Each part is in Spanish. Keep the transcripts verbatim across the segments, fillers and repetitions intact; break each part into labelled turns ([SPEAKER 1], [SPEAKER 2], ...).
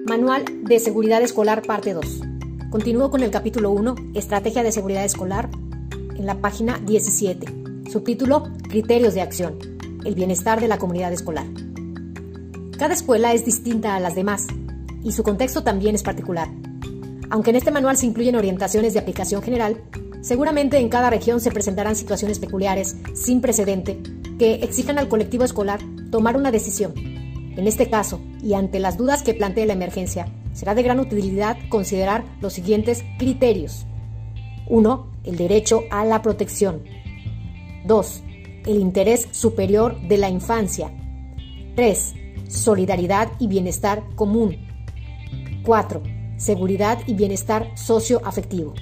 [SPEAKER 1] Manual de Seguridad Escolar, parte dos. Continúo con el capítulo uno, Estrategia de Seguridad Escolar, en la página diecisiete. Subtítulo, Criterios de acción. El bienestar de la comunidad escolar. Cada escuela es distinta a las demás y su contexto también es particular. Aunque en este manual se incluyen orientaciones de aplicación general, seguramente en cada región se presentarán situaciones peculiares, sin precedente, que exijan al colectivo escolar tomar una decisión. En este caso, y ante las dudas que plantee la emergencia, será de gran utilidad considerar los siguientes criterios. uno. El derecho a la protección. dos. El interés superior de la infancia. tres. Solidaridad y bienestar común. cuatro. Seguridad y bienestar socioafectivo.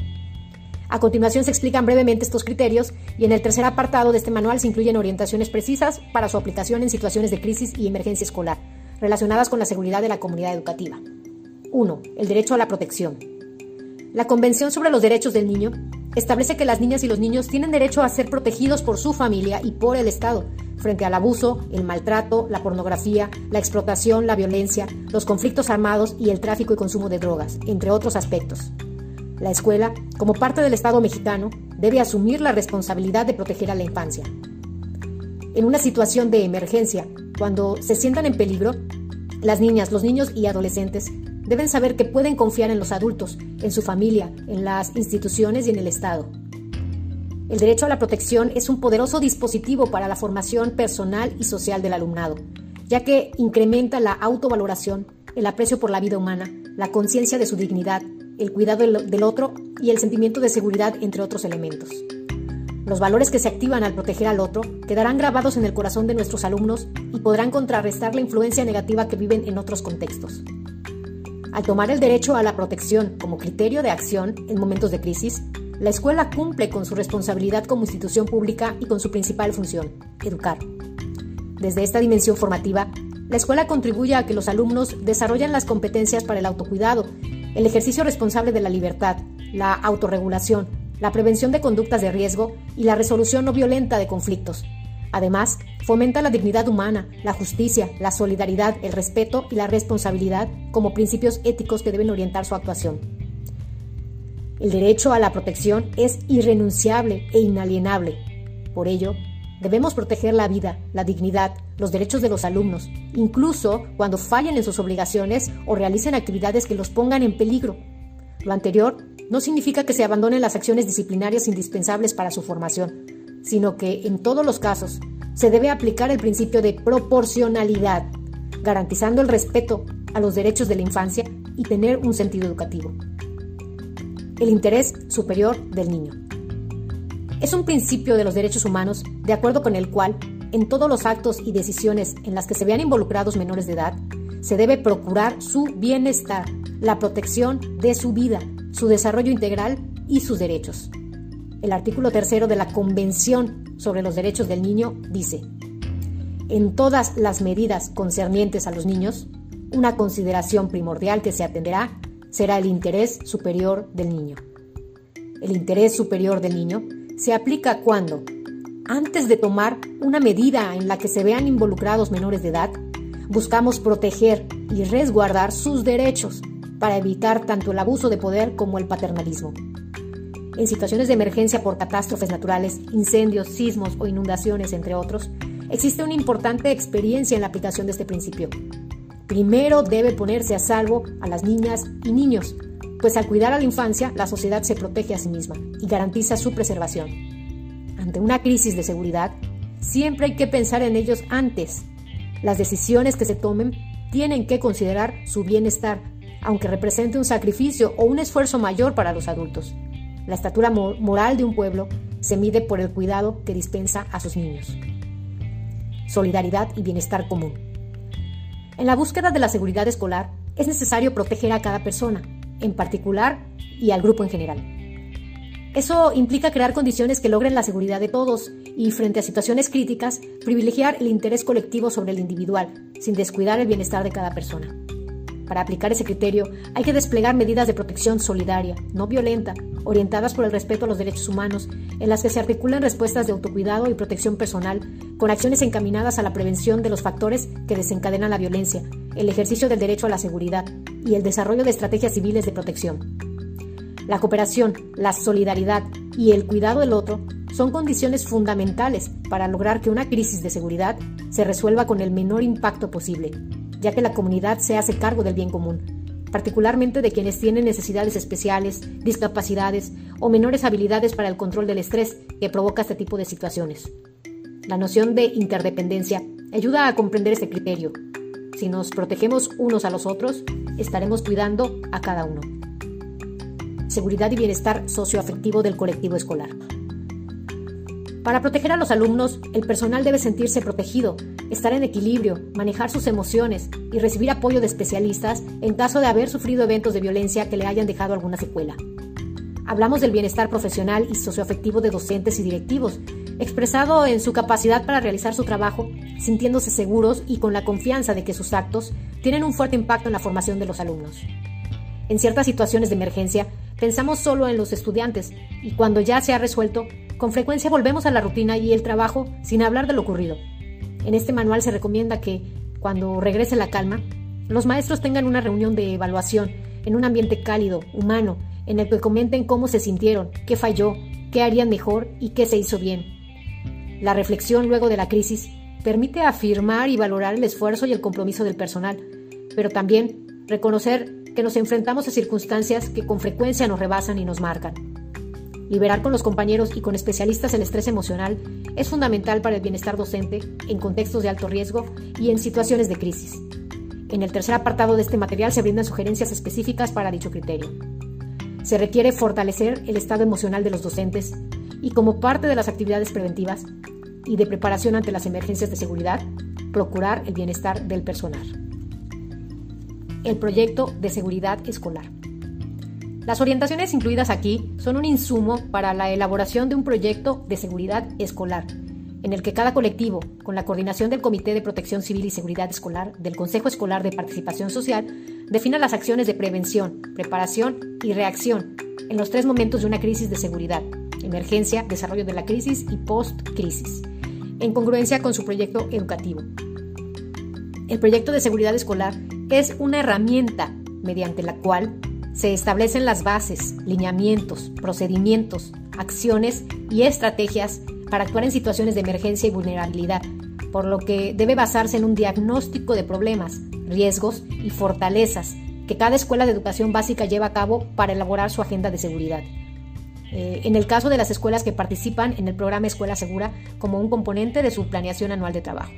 [SPEAKER 1] A continuación se explican brevemente estos criterios y en el tercer apartado de este manual se incluyen orientaciones precisas para su aplicación en situaciones de crisis y emergencia escolar, relacionadas con la seguridad de la comunidad educativa. uno. El derecho a la protección. La Convención sobre los Derechos del Niño establece que las niñas y los niños tienen derecho a ser protegidos por su familia y por el Estado frente al abuso, el maltrato, la pornografía, la explotación, la violencia, los conflictos armados y el tráfico y consumo de drogas, entre otros aspectos. La escuela, como parte del Estado mexicano, debe asumir la responsabilidad de proteger a la infancia. En una situación de emergencia, cuando se sientan en peligro, las niñas, los niños y adolescentes deben saber que pueden confiar en los adultos, en su familia, en las instituciones y en el Estado. El derecho a la protección es un poderoso dispositivo para la formación personal y social del alumnado, ya que incrementa la autovaloración, el aprecio por la vida humana, la conciencia de su dignidad, el cuidado del otro y el sentimiento de seguridad, entre otros elementos. Los valores que se activan al proteger al otro quedarán grabados en el corazón de nuestros alumnos y podrán contrarrestar la influencia negativa que viven en otros contextos. Al tomar el derecho a la protección como criterio de acción en momentos de crisis, la escuela cumple con su responsabilidad como institución pública y con su principal función, educar. Desde esta dimensión formativa, la escuela contribuye a que los alumnos desarrollen las competencias para el autocuidado, el ejercicio responsable de la libertad, la autorregulación, la prevención de conductas de riesgo y la resolución no violenta de conflictos. Además, fomenta la dignidad humana, la justicia, la solidaridad, el respeto y la responsabilidad como principios éticos que deben orientar su actuación. El derecho a la protección es irrenunciable e inalienable. Por ello, debemos proteger la vida, la dignidad, los derechos de los alumnos, incluso cuando fallen en sus obligaciones o realicen actividades que los pongan en peligro. Lo anterior no significa que se abandonen las acciones disciplinarias indispensables para su formación, sino que, en todos los casos, se debe aplicar el principio de proporcionalidad, garantizando el respeto a los derechos de la infancia y tener un sentido educativo. El interés superior del niño. Es un principio de los derechos humanos, de acuerdo con el cual, en todos los actos y decisiones en las que se vean involucrados menores de edad, se debe procurar su bienestar, la protección de su vida, su desarrollo integral y sus derechos. El artículo tercero de la Convención sobre los Derechos del Niño dice: en todas las medidas concernientes a los niños, una consideración primordial que se atenderá será el interés superior del niño. El interés superior del niño se aplica cuando, antes de tomar una medida en la que se vean involucrados menores de edad, buscamos proteger y resguardar sus derechos para evitar tanto el abuso de poder como el paternalismo. En situaciones de emergencia por catástrofes naturales, incendios, sismos o inundaciones, entre otros, existe una importante experiencia en la aplicación de este principio. Primero debe ponerse a salvo a las niñas y niños, pues al cuidar a la infancia, la sociedad se protege a sí misma y garantiza su preservación. Ante una crisis de seguridad, siempre hay que pensar en ellos antes. Las decisiones que se tomen tienen que considerar su bienestar, aunque represente un sacrificio o un esfuerzo mayor para los adultos. La estatura moral de un pueblo se mide por el cuidado que dispensa a sus niños. Solidaridad y bienestar común. En la búsqueda de la seguridad escolar, es necesario proteger a cada persona, en particular, y al grupo en general. Eso implica crear condiciones que logren la seguridad de todos y, frente a situaciones críticas, privilegiar el interés colectivo sobre el individual, sin descuidar el bienestar de cada persona. Para aplicar ese criterio, hay que desplegar medidas de protección solidaria, no violenta, orientadas por el respeto a los derechos humanos, en las que se articulan respuestas de autocuidado y protección personal, con acciones encaminadas a la prevención de los factores que desencadenan la violencia, el ejercicio del derecho a la seguridad y el desarrollo de estrategias civiles de protección. La cooperación, la solidaridad y el cuidado del otro son condiciones fundamentales para lograr que una crisis de seguridad se resuelva con el menor impacto posible, ya que la comunidad se hace cargo del bien común, particularmente de quienes tienen necesidades especiales, discapacidades o menores habilidades para el control del estrés que provoca este tipo de situaciones. La noción de interdependencia ayuda a comprender este criterio. Si nos protegemos unos a los otros, estaremos cuidando a cada uno. Seguridad y bienestar socioafectivo del colectivo escolar. Para proteger a los alumnos, el personal debe sentirse protegido, estar en equilibrio, manejar sus emociones y recibir apoyo de especialistas en caso de haber sufrido eventos de violencia que le hayan dejado alguna secuela. Hablamos del bienestar profesional y socioafectivo de docentes y directivos, expresado en su capacidad para realizar su trabajo, sintiéndose seguros y con la confianza de que sus actos tienen un fuerte impacto en la formación de los alumnos. En ciertas situaciones de emergencia, pensamos solo en los estudiantes y cuando ya se ha resuelto, con frecuencia volvemos a la rutina y el trabajo sin hablar de lo ocurrido. En este manual se recomienda que, cuando regrese la calma, los maestros tengan una reunión de evaluación en un ambiente cálido, humano, en el que comenten cómo se sintieron, qué falló, qué harían mejor y qué se hizo bien. La reflexión luego de la crisis permite afirmar y valorar el esfuerzo y el compromiso del personal, pero también reconocer que nos enfrentamos a circunstancias que con frecuencia nos rebasan y nos marcan. Liberar con los compañeros y con especialistas el estrés emocional es fundamental para el bienestar docente en contextos de alto riesgo y en situaciones de crisis. En el tercer apartado de este material se brindan sugerencias específicas para dicho criterio. Se requiere fortalecer el estado emocional de los docentes y, como parte de las actividades preventivas y de preparación ante las emergencias de seguridad, procurar el bienestar del personal. El proyecto de seguridad escolar. Las orientaciones incluidas aquí son un insumo para la elaboración de un proyecto de seguridad escolar, en el que cada colectivo, con la coordinación del Comité de Protección Civil y Seguridad Escolar, del Consejo Escolar de Participación Social, defina las acciones de prevención, preparación y reacción en los tres momentos de una crisis de seguridad: emergencia, desarrollo de la crisis y post-crisis, en congruencia con su proyecto educativo. El proyecto de seguridad escolar es una herramienta mediante la cual se establecen las bases, lineamientos, procedimientos, acciones y estrategias para actuar en situaciones de emergencia y vulnerabilidad, por lo que debe basarse en un diagnóstico de problemas, riesgos y fortalezas que cada escuela de educación básica lleva a cabo para elaborar su agenda de seguridad. Eh, en el caso de las escuelas que participan en el programa Escuela Segura como un componente de su planeación anual de trabajo.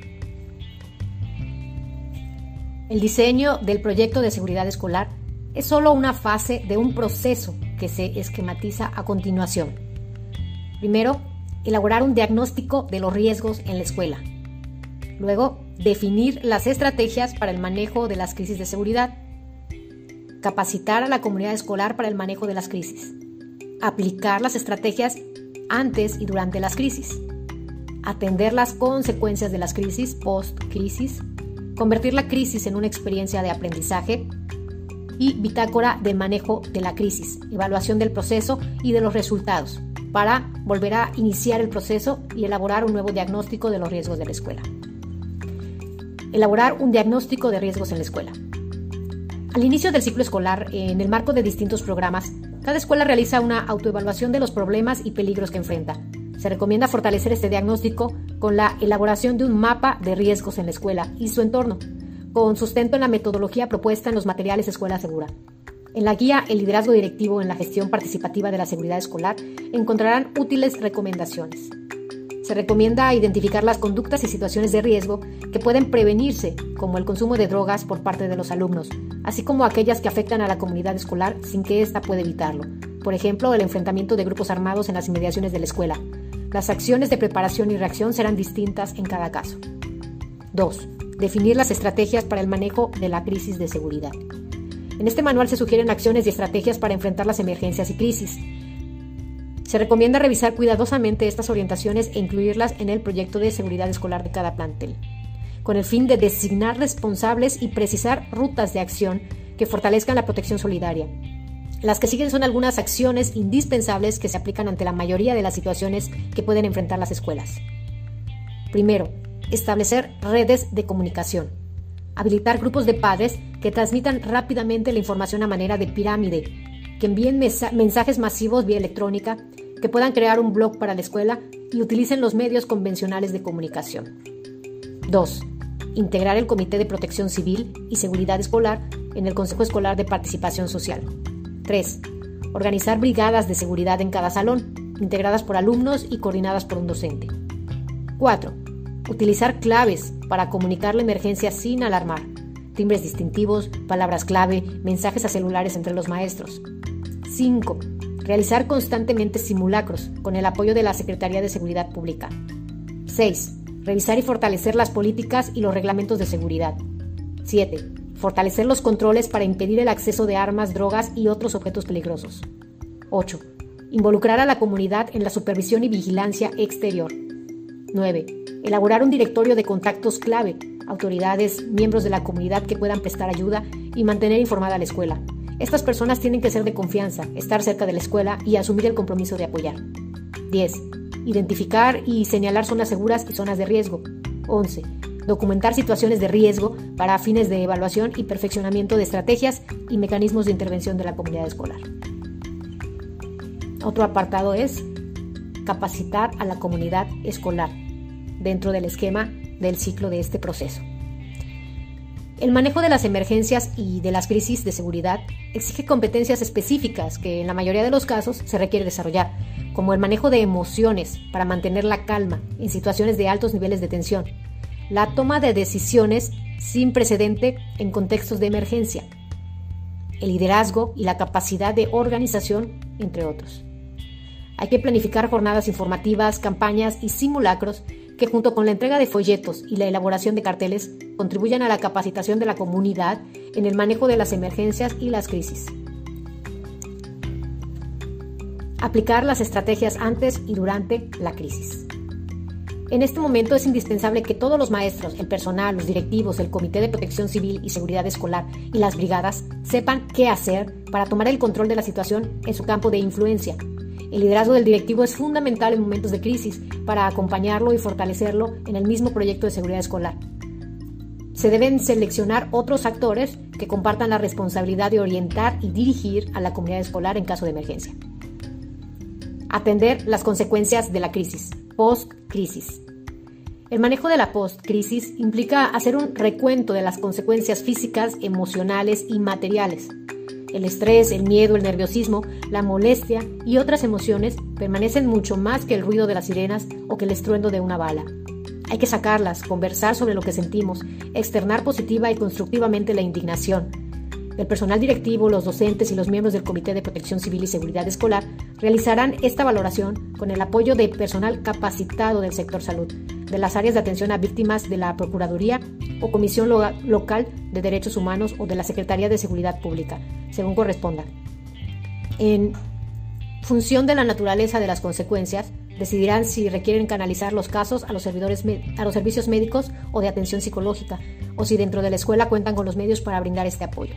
[SPEAKER 1] El diseño del proyecto de seguridad escolar es solo una fase de un proceso que se esquematiza a continuación. Primero, elaborar un diagnóstico de los riesgos en la escuela. Luego, definir las estrategias para el manejo de las crisis de seguridad. Capacitar a la comunidad escolar para el manejo de las crisis. Aplicar las estrategias antes y durante las crisis. Atender las consecuencias de las crisis post-crisis. Convertir la crisis en una experiencia de aprendizaje. Y bitácora de manejo de la crisis, evaluación del proceso y de los resultados, para volver a iniciar el proceso y elaborar un nuevo diagnóstico de los riesgos de la escuela. Elaborar un diagnóstico de riesgos en la escuela. Al inicio del ciclo escolar, en el marco de distintos programas, cada escuela realiza una autoevaluación de los problemas y peligros que enfrenta. Se recomienda fortalecer este diagnóstico con la elaboración de un mapa de riesgos en la escuela y su entorno, con sustento en la metodología propuesta en los materiales Escuela Segura. En la guía El liderazgo directivo en la gestión participativa de la seguridad escolar encontrarán útiles recomendaciones. Se recomienda identificar las conductas y situaciones de riesgo que pueden prevenirse, como el consumo de drogas por parte de los alumnos, así como aquellas que afectan a la comunidad escolar sin que ésta pueda evitarlo. Por ejemplo, el enfrentamiento de grupos armados en las inmediaciones de la escuela. Las acciones de preparación y reacción serán distintas en cada caso. dos. Definir las estrategias para el manejo de la crisis de seguridad. En este manual se sugieren acciones y estrategias para enfrentar las emergencias y crisis. Se recomienda revisar cuidadosamente estas orientaciones e incluirlas en el proyecto de seguridad escolar de cada plantel, con el fin de designar responsables y precisar rutas de acción que fortalezcan la protección solidaria. Las que siguen son algunas acciones indispensables que se aplican ante la mayoría de las situaciones que pueden enfrentar las escuelas. Primero, establecer redes de comunicación. Habilitar grupos de padres que transmitan rápidamente la información a manera de pirámide, que envíen mensajes masivos vía electrónica, que puedan crear un blog para la escuela y utilicen los medios convencionales de comunicación. Dos. Integrar el Comité de Protección Civil y Seguridad Escolar en el Consejo Escolar de Participación Social. Tres. Organizar brigadas de seguridad en cada salón, integradas por alumnos y coordinadas por un docente. Cuatro. Utilizar claves para comunicar la emergencia sin alarmar. Timbres distintivos, palabras clave, mensajes a celulares entre los maestros. Cinco. Realizar constantemente simulacros con el apoyo de la Secretaría de Seguridad Pública. Seis. Revisar y fortalecer las políticas y los reglamentos de seguridad. Siete. Fortalecer los controles para impedir el acceso de armas, drogas y otros objetos peligrosos. Ocho. Involucrar a la comunidad en la supervisión y vigilancia exterior. Nueve. Elaborar un directorio de contactos clave, autoridades, miembros de la comunidad que puedan prestar ayuda y mantener informada a la escuela. Estas personas tienen que ser de confianza, estar cerca de la escuela y asumir el compromiso de apoyar. Diez. Identificar y señalar zonas seguras y zonas de riesgo. Once. Documentar situaciones de riesgo para fines de evaluación y perfeccionamiento de estrategias y mecanismos de intervención de la comunidad escolar. Otro apartado es capacitar a la comunidad escolar dentro del esquema del ciclo de este proceso. El manejo de las emergencias y de las crisis de seguridad exige competencias específicas que en la mayoría de los casos se requiere desarrollar, como el manejo de emociones para mantener la calma en situaciones de altos niveles de tensión, la toma de decisiones sin precedente en contextos de emergencia, el liderazgo y la capacidad de organización, entre otros. Hay que planificar jornadas informativas, campañas y simulacros que junto con la entrega de folletos y la elaboración de carteles contribuyan a la capacitación de la comunidad en el manejo de las emergencias y las crisis. Aplicar las estrategias antes y durante la crisis. En este momento es indispensable que todos los maestros, el personal, los directivos, el Comité de Protección Civil y Seguridad Escolar y las brigadas sepan qué hacer para tomar el control de la situación en su campo de influencia. El liderazgo del directivo es fundamental en momentos de crisis para acompañarlo y fortalecerlo en el mismo proyecto de seguridad escolar. Se deben seleccionar otros actores que compartan la responsabilidad de orientar y dirigir a la comunidad escolar en caso de emergencia. Atender las consecuencias de la crisis, post-crisis. El manejo de la post-crisis implica hacer un recuento de las consecuencias físicas, emocionales y materiales. El estrés, el miedo, el nerviosismo, la molestia y otras emociones permanecen mucho más que el ruido de las sirenas o que el estruendo de una bala. Hay que sacarlas, conversar sobre lo que sentimos, externar positiva y constructivamente la indignación. El personal directivo, los docentes y los miembros del Comité de Protección Civil y Seguridad Escolar realizarán esta valoración con el apoyo de personal capacitado del sector salud, de las áreas de atención a víctimas de la Procuraduría o Comisión Lo- Local de Derechos Humanos o de la Secretaría de Seguridad Pública, según corresponda. En función de la naturaleza de las consecuencias, decidirán si requieren canalizar los casos a los, servidores a los servicios médicos o de atención psicológica, o si dentro de la escuela cuentan con los medios para brindar este apoyo.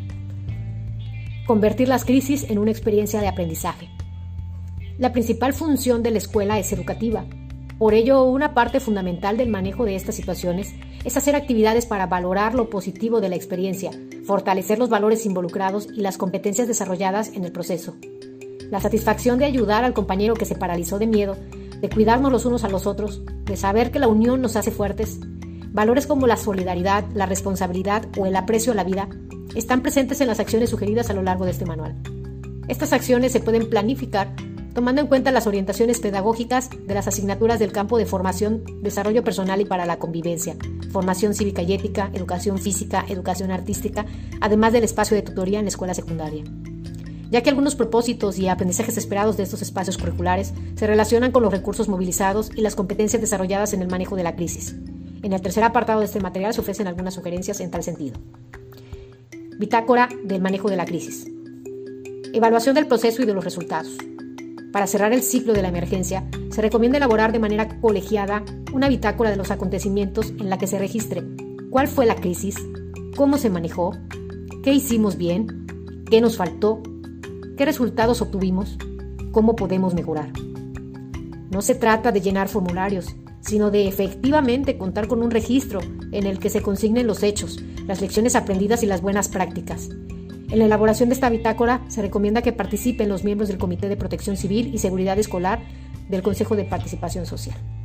[SPEAKER 1] Convertir las crisis en una experiencia de aprendizaje. La principal función de la escuela es educativa. Por ello, una parte fundamental del manejo de estas situaciones es hacer actividades para valorar lo positivo de la experiencia, fortalecer los valores involucrados y las competencias desarrolladas en el proceso. La satisfacción de ayudar al compañero que se paralizó de miedo, de cuidarnos los unos a los otros, de saber que la unión nos hace fuertes. Valores como la solidaridad, la responsabilidad o el aprecio a la vida están presentes en las acciones sugeridas a lo largo de este manual. Estas acciones se pueden planificar tomando en cuenta las orientaciones pedagógicas de las asignaturas del campo de formación, desarrollo personal y para la convivencia, formación cívica y ética, educación física, educación artística, además del espacio de tutoría en la escuela secundaria. Ya que algunos propósitos y aprendizajes esperados de estos espacios curriculares se relacionan con los recursos movilizados y las competencias desarrolladas en el manejo de la crisis. En el tercer apartado de este material se ofrecen algunas sugerencias en tal sentido. Bitácora del manejo de la crisis. Evaluación del proceso y de los resultados. Para cerrar el ciclo de la emergencia, se recomienda elaborar de manera colegiada una bitácora de los acontecimientos en la que se registre cuál fue la crisis, cómo se manejó, ¿Qué hicimos bien? ¿Qué nos faltó? ¿Qué resultados obtuvimos? ¿Cómo podemos mejorar? No se trata de llenar formularios, sino de efectivamente contar con un registro en el que se consignen los hechos, las lecciones aprendidas y las buenas prácticas. En la elaboración de esta bitácora se recomienda que participen los miembros del Comité de Protección Civil y Seguridad Escolar del Consejo de Participación Social.